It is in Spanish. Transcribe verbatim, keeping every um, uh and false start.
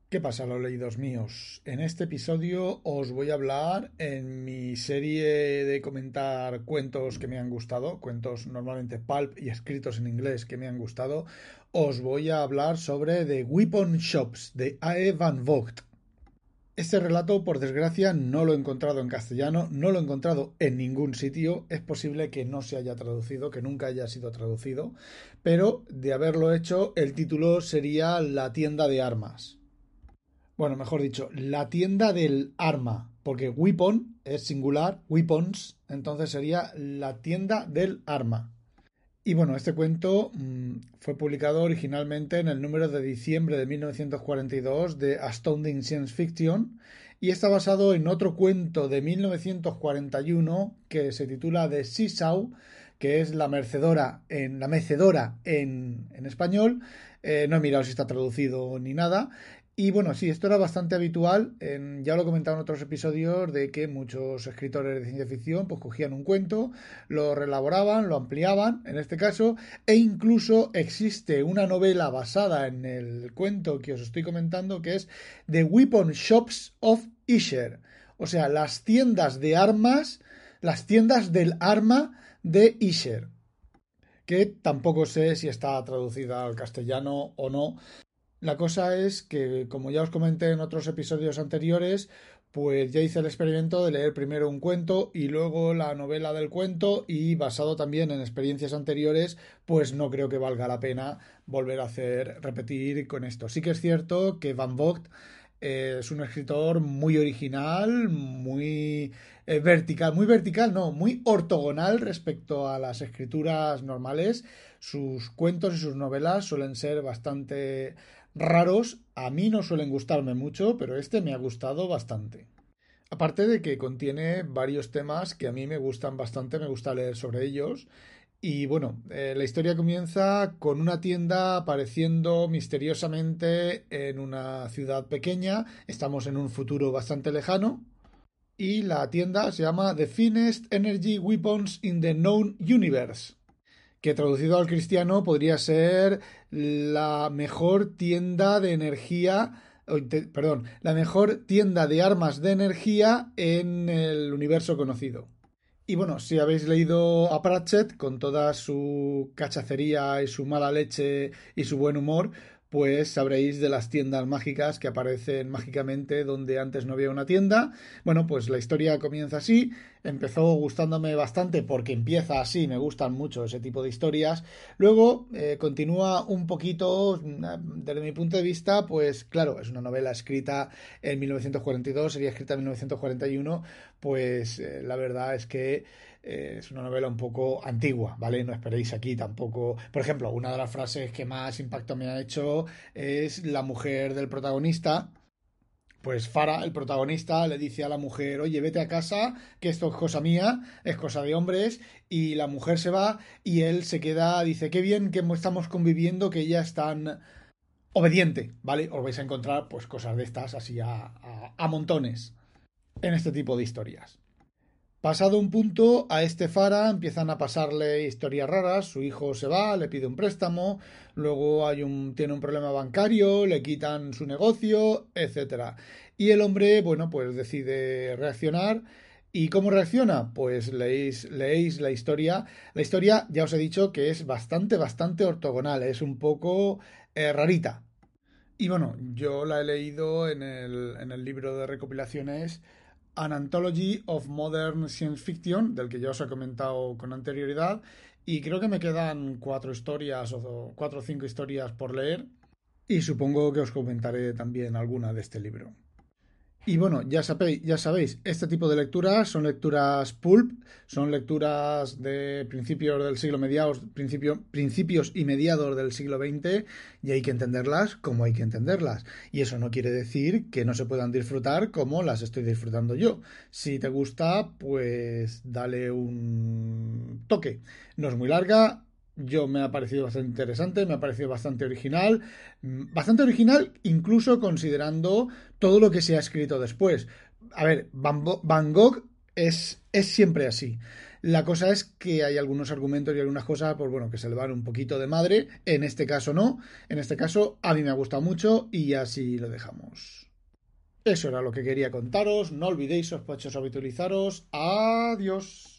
¿Qué pasa, los leídos míos? En este episodio os voy a hablar en mi serie de comentar cuentos que me han gustado, cuentos normalmente pulp y escritos en inglés que me han gustado. Os voy a hablar sobre The Weapon Shops de A E Van Vogt. Este relato, por desgracia, no lo he encontrado en castellano, no lo he encontrado en ningún sitio. Es posible que no se haya traducido, que nunca haya sido traducido, pero de haberlo hecho, el título sería La tienda de armas. Bueno, mejor dicho, la tienda del arma, porque weapon es singular, weapons, entonces sería la tienda del arma. Y bueno, este cuento mmm, fue publicado originalmente en el número de diciembre de mil novecientos cuarenta y dos de Astounding Science Fiction y está basado en otro cuento de mil novecientos cuarenta y uno que se titula The Seesaw, que es la mercedora en la mecedora en, en español. Eh, no he mirado si está traducido ni nada. Y bueno, sí, esto era bastante habitual, en, ya lo he comentado en otros episodios, de que muchos escritores de ciencia ficción pues cogían un cuento, lo reelaboraban, lo ampliaban, en este caso, e incluso existe una novela basada en el cuento que os estoy comentando, que es The Weapon Shops of Esher, o sea, las tiendas de armas, las tiendas del arma de Esher, que tampoco sé si está traducida al castellano o no. La cosa es que, como ya os comenté en otros episodios anteriores, pues ya hice el experimento de leer primero un cuento y luego la novela del cuento y basado también en experiencias anteriores, pues no creo que valga la pena volver a hacer, repetir con esto. Sí que es cierto que Van Vogt eh, es un escritor muy original, muy eh, vertical, muy vertical, no, muy ortogonal respecto a las escrituras normales. Sus cuentos y sus novelas suelen ser bastante raros. A mí no suelen gustarme mucho, pero este me ha gustado bastante. Aparte de que contiene varios temas que a mí me gustan bastante, me gusta leer sobre ellos. Y bueno, eh, la historia comienza con una tienda apareciendo misteriosamente en una ciudad pequeña. Estamos en un futuro bastante lejano. Y la tienda se llama The Finest Energy Weapons in the Known Universe, que traducido al cristiano podría ser la mejor tienda de energía, perdón, la mejor tienda de armas de energía en el universo conocido. Y bueno, si habéis leído a Pratchett con toda su cachacería y su mala leche y su buen humor, pues sabréis de las tiendas mágicas que aparecen mágicamente donde antes no había una tienda. Bueno, pues la historia comienza así. Empezó gustándome bastante porque empieza así, me gustan mucho ese tipo de historias. Luego eh, continúa un poquito, desde mi punto de vista, pues claro, es una novela escrita en mil novecientos cuarenta y dos, sería escrita en mil novecientos cuarenta y uno, pues eh, la verdad es que eh, es una novela un poco antigua, ¿vale? No esperéis aquí tampoco. Por ejemplo, una de las frases que más impacto me ha hecho es la mujer del protagonista. Pues Farah, el protagonista, le dice a la mujer, oye, vete a casa, que esto es cosa mía, es cosa de hombres, y la mujer se va y él se queda, dice, qué bien que estamos conviviendo, que ella es tan obediente, ¿vale? Os vais a encontrar pues cosas de estas así a, a, a montones en este tipo de historias. Pasado un punto, a este Fara empiezan a pasarle historias raras. Su hijo se va, le pide un préstamo, luego hay un, tiene un problema bancario, le quitan su negocio, etcétera. Y el hombre, bueno, pues decide reaccionar. ¿Y cómo reacciona? Pues leéis, leéis la historia. La historia, ya os he dicho, que es bastante, bastante ortogonal, es un poco eh, rarita. Y bueno, yo la he leído en el, en el libro de recopilaciones An Anthology of Modern Science Fiction, del que ya os he comentado con anterioridad, y creo que me quedan cuatro historias o cuatro o cinco historias por leer, y supongo que os comentaré también alguna de este libro. Y bueno, ya sabéis, ya sabéis, este tipo de lecturas son lecturas pulp, son lecturas de principios del siglo mediados, principio, principios y mediados del siglo veinte, y hay que entenderlas como hay que entenderlas. Y eso no quiere decir que no se puedan disfrutar como las estoy disfrutando yo. Si te gusta, pues dale un toque. No es muy larga, yo me ha parecido bastante interesante, me ha parecido bastante original, bastante original incluso considerando todo lo que se ha escrito después. A ver, Van, Van Gogh es, es siempre así. La cosa es que hay algunos argumentos y algunas cosas, pues bueno, que se le van un poquito de madre. En este caso no. En este caso a mí me ha gustado mucho y así lo dejamos. Eso era lo que quería contaros. No olvidéis, sospechosos, habitualizaros. Adiós.